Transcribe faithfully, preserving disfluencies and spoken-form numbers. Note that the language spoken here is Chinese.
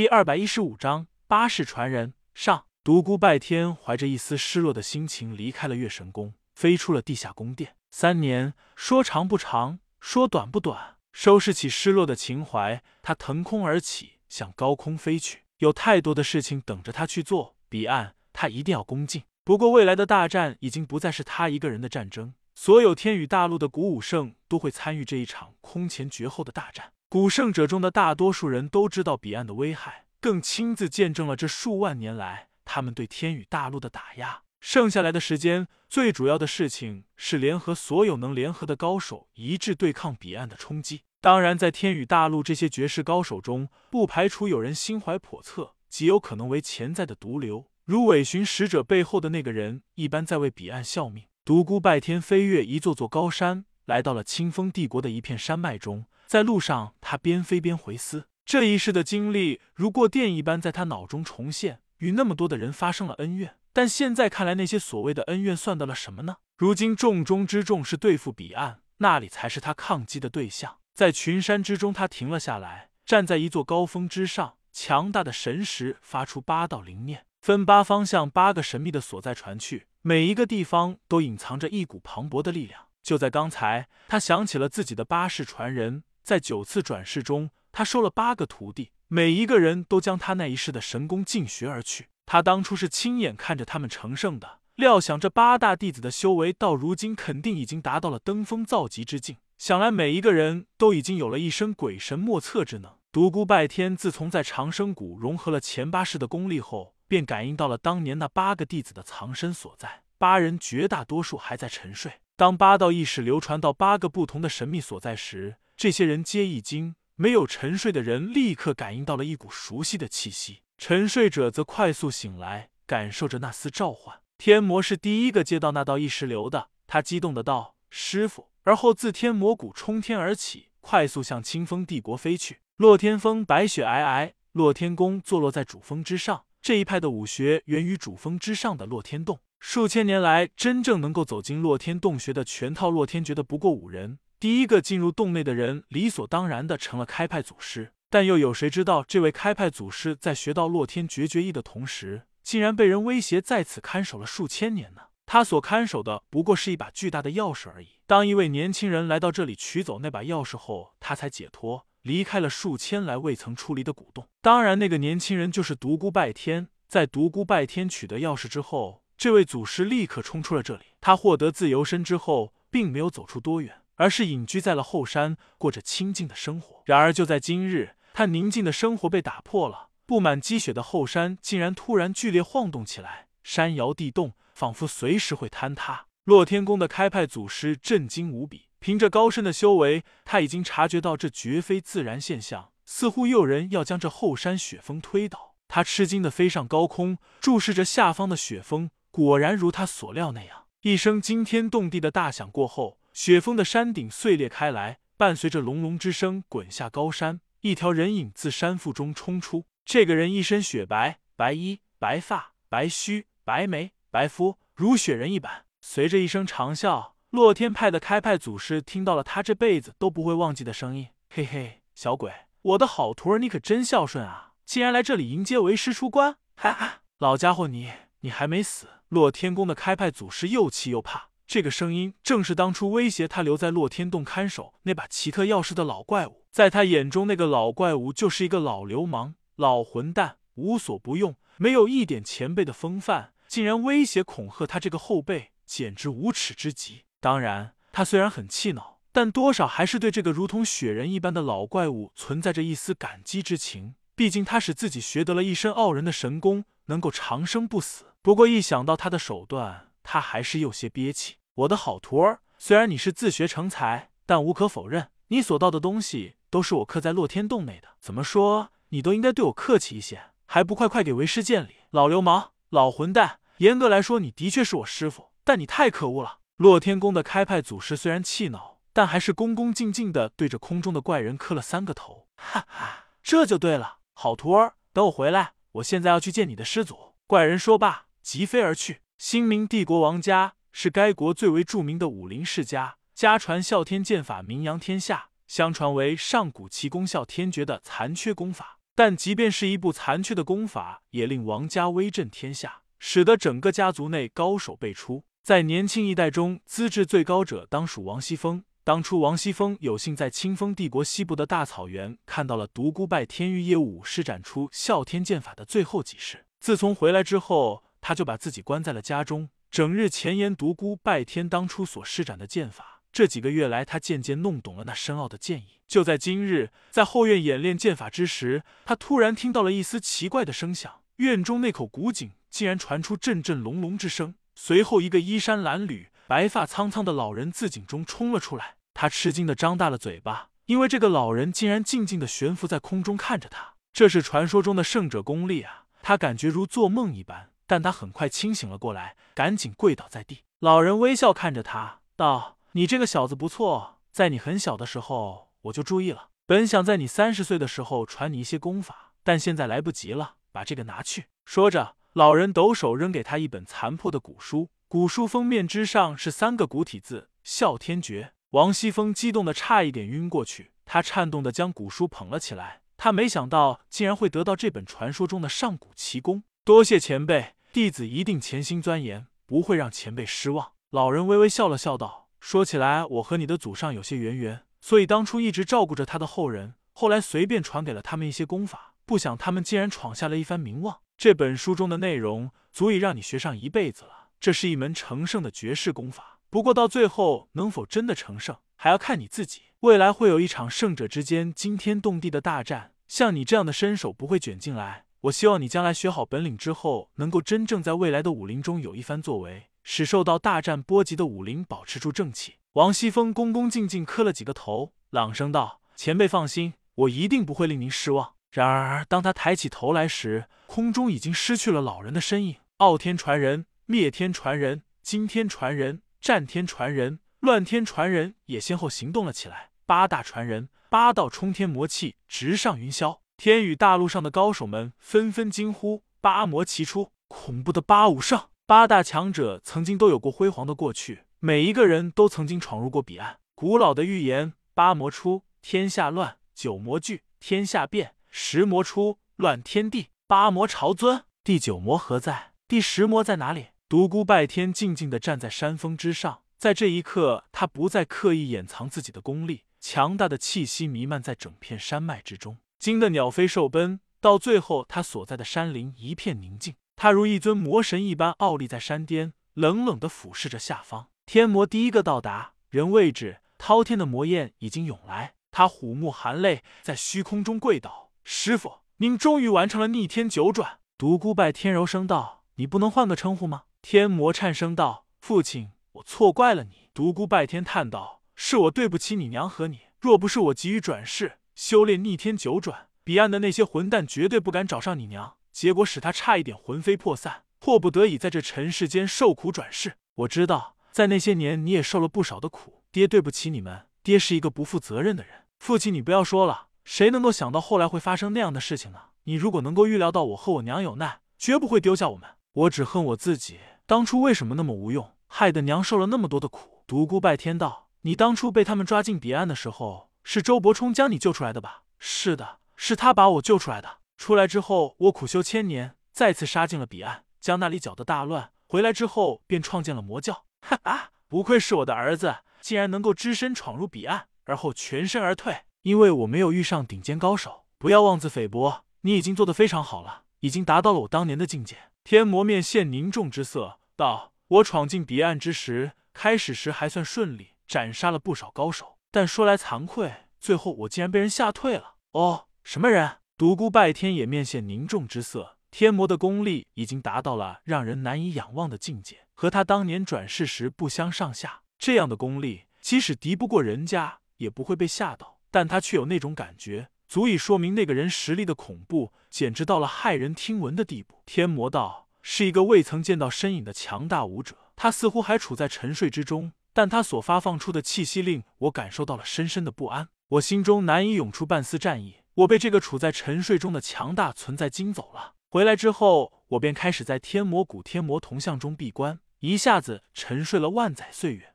第二百一十五章八世传人上。独孤拜天怀着一丝失落的心情离开了月神宫，飞出了地下宫殿。三年说长不长，说短不短。收拾起失落的情怀，他腾空而起，向高空飞去。有太多的事情等着他去做，彼岸他一定要攻进。不过未来的大战已经不再是他一个人的战争，所有天宇大陆的古武圣都会参与这一场空前绝后的大战。古圣者中的大多数人都知道彼岸的危害，更亲自见证了这数万年来他们对天宇大陆的打压。剩下来的时间，最主要的事情是联合所有能联合的高手，一致对抗彼岸的冲击。当然，在天宇大陆这些绝世高手中，不排除有人心怀叵测，极有可能为潜在的毒瘤，如尾寻使者背后的那个人一般，在为彼岸效命。独孤拜天飞越一座座高山，来到了清风帝国的一片山脉中。在路上，他边飞边回思，这一世的经历如过电一般在他脑中重现，与那么多的人发生了恩怨。但现在看来，那些所谓的恩怨算得了什么呢？如今重中之重是对付彼岸，那里才是他抗击的对象。在群山之中，他停了下来，站在一座高峰之上，强大的神识发出八道灵念，分八方向八个神秘的所在传去，每一个地方都隐藏着一股磅礴的力量。就在刚才，他想起了自己的八世传人，在九次转世中，他收了八个徒弟，每一个人都将他那一世的神功尽学而去。他当初是亲眼看着他们成圣的，料想这八大弟子的修为到如今肯定已经达到了登峰造极之境。想来每一个人都已经有了一身鬼神莫测之能。独孤拜天自从在长生谷融合了前八世的功力后，便感应到了当年那八个弟子的藏身所在。八人绝大多数还在沉睡。当八道意识流传到八个不同的神秘所在时，这些人皆一惊。没有沉睡的人立刻感应到了一股熟悉的气息，沉睡者则快速醒来，感受着那丝召唤。天魔是第一个接到那道意识流的，他激动的道：“师父！”而后自天魔谷冲天而起，快速向清风帝国飞去。洛天峰白雪皑皑，洛天宫坐落在主峰之上。这一派的武学源于主峰之上的洛天洞。数千年来，真正能够走进洛天洞穴的全套洛天诀的不过五人。第一个进入洞内的人，理所当然的成了开派祖师。但又有谁知道，这位开派祖师在学到洛天绝绝艺的同时，竟然被人威胁在此看守了数千年呢？他所看守的不过是一把巨大的钥匙而已。当一位年轻人来到这里取走那把钥匙后，他才解脱，离开了数千来未曾出离的古洞。当然，那个年轻人就是独孤拜天。在独孤拜天取得钥匙之后，这位祖师立刻冲出了这里。他获得自由身之后，并没有走出多远，而是隐居在了后山，过着清静的生活。然而就在今日，他宁静的生活被打破了。布满积雪的后山竟然突然剧烈晃动起来，山摇地动，仿佛随时会坍塌。洛天宫的开派祖师震惊无比，凭着高深的修为，他已经察觉到这绝非自然现象，似乎又有人要将这后山雪峰推倒。他吃惊地飞上高空，注视着下方的雪峰，果然如他所料那样，一声惊天动地的大响过后，雪峰的山顶碎裂开来，伴随着隆隆之声滚下高山，一条人影自山腹中冲出。这个人一身雪白，白衣、白发、白须、白眉、白肤，如雪人一般。随着一声长啸，洛天派的开派祖师听到了他这辈子都不会忘记的声音：“嘿嘿，小鬼，我的好徒儿，你可真孝顺啊！竟然来这里迎接为师出关！哈哈，老家伙你，你还没死！”洛天宫的开派祖师又气又怕。这个声音正是当初威胁他留在洛天洞看守那把奇特钥匙的老怪物。在他眼中，那个老怪物就是一个老流氓、老混蛋，无所不用，没有一点前辈的风范，竟然威胁恐吓他这个后辈，简直无耻之极。当然，他虽然很气恼，但多少还是对这个如同雪人一般的老怪物存在着一丝感激之情。毕竟他使自己学得了一身傲人的神功，能够长生不死。不过一想到他的手段，他还是有些憋气。我的好徒儿，虽然你是自学成才，但无可否认，你所盗的东西都是我刻在洛天洞内的。怎么说，你都应该对我客气一些，还不快快给为师见礼！老流氓，老混蛋，严格来说，你的确是我师父，但你太可恶了！洛天宫的开派祖师虽然气恼，但还是恭恭敬敬地对着空中的怪人磕了三个头。哈哈，这就对了，好徒儿，等我回来，我现在要去见你的师祖。怪人说罢，疾飞而去。新明帝国王家是该国最为著名的武林世家，家传哮天剑法名扬天下，相传为上古奇功哮天诀的残缺功法。 但即便是一部残缺的功法，也令王家威震天下，使得整个家族内高手辈出。在年轻一代中，资质最高者当属王熙凤。当初王熙凤有幸在清风帝国西部的大草原看到了独孤拜天御业武施展出哮天剑法的最后几式。自从回来之后，他就把自己关在了家中，整日前言独孤拜天当初所施展的剑法。这几个月来，他渐渐弄懂了那深奥的剑意。就在今日，在后院演练剑法之时，他突然听到了一丝奇怪的声响，院中那口古井竟然传出阵阵隆隆之声。随后，一个衣衫褴褛、白发苍苍的老人自井中冲了出来。他吃惊地张大了嘴巴，因为这个老人竟然静静地悬浮在空中看着他。这是传说中的圣者功力啊！他感觉如做梦一般，但他很快清醒了过来，赶紧跪倒在地。老人微笑看着他，道：“你这个小子不错，在你很小的时候我就注意了。本想在你三十岁的时候传你一些功法，但现在来不及了，把这个拿去。”说着，老人抖手扔给他一本残破的古书，古书封面之上是三个古体字：哮天诀。王熙凤激动的差一点晕过去，他颤动的将古书捧了起来。他没想到竟然会得到这本传说中的上古奇功，多谢前辈，弟子一定潜心钻研，不会让前辈失望。老人微微笑了笑道：“说起来，我和你的祖上有些渊源，所以当初一直照顾着他的后人，后来随便传给了他们一些功法，不想他们竟然闯下了一番名望。这本书中的内容足以让你学上一辈子了，这是一门成圣的绝世功法。不过到最后能否真的成圣，还要看你自己。未来会有一场圣者之间惊天动地的大战，像你这样的身手不会卷进来。我希望你将来学好本领之后，能够真正在未来的武林中有一番作为，使受到大战波及的武林保持住正气。”王熙凤恭恭敬敬磕了几个头，朗声道：“前辈放心，我一定不会令您失望。”然而当他抬起头来时，空中已经失去了老人的身影。傲天传人、灭天传人、惊天传人、战天传人、乱天传人也先后行动了起来。八大传人，八道冲天魔气直上云霄。天宇大陆上的高手们纷纷惊呼：“八魔齐出！恐怖的八武圣！”八大强者曾经都有过辉煌的过去，每一个人都曾经闯入过彼岸。古老的预言：八魔出，天下乱；九魔聚，天下变；十魔出，乱天地；八魔朝尊，第九魔何在？第十魔在哪里？独孤拜天静静地站在山峰之上，在这一刻，他不再刻意掩藏自己的功力，强大的气息弥漫在整片山脉之中，惊得鸟飞兽奔。到最后，他所在的山林一片宁静，他如一尊魔神一般傲立在山巅，冷冷地俯视着下方。天魔第一个到达，人未至，滔天的魔焰已经涌来。他虎目含泪，在虚空中跪倒：“师傅，您终于完成了逆天九转。”独孤拜天柔声道：“你不能换个称呼吗？”天魔颤声道：“父亲，我错怪了你。”独孤拜天叹道：“是我对不起你娘和你，若不是我急于转世，修炼逆天九转，彼岸的那些混蛋绝对不敢找上你娘，结果使他差一点魂飞魄散，迫不得已在这尘世间受苦转世。我知道，在那些年你也受了不少的苦，爹对不起你们，爹是一个不负责任的人。父亲，你不要说了，谁能够想到后来会发生那样的事情呢？你如果能够预料到我和我娘有难，绝不会丢下我们。我只恨我自己当初为什么那么无用，害得娘受了那么多的苦。”独孤拜天道：“你当初被他们抓进彼岸的时候，是周伯冲将你救出来的吧？”“是的，是他把我救出来的。出来之后，我苦修千年，再次杀进了彼岸，将那里搅得大乱。回来之后，便创建了魔教。哈哈，不愧是我的儿子，竟然能够只身闯入彼岸，而后全身而退。因为我没有遇上顶尖高手，不要妄自菲薄。你已经做得非常好了，已经达到了我当年的境界。”天魔面现凝重之色，道：“我闯进彼岸之时，开始时还算顺利，斩杀了不少高手，但说来惭愧，最后我竟然被人吓退了。”“哦，什么人？”独孤拜天也面现凝重之色。天魔的功力已经达到了让人难以仰望的境界，和他当年转世时不相上下。这样的功力，即使敌不过人家，也不会被吓到，但他却有那种感觉，足以说明那个人实力的恐怖，简直到了骇人听闻的地步。天魔道：“是一个未曾见到身影的强大武者，他似乎还处在沉睡之中，但他所发放出的气息令我感受到了深深的不安，我心中难以涌出半丝战意。我被这个处在沉睡中的强大存在惊走了。回来之后，我便开始在天魔谷天魔铜像中闭关，一下子沉睡了万载岁月。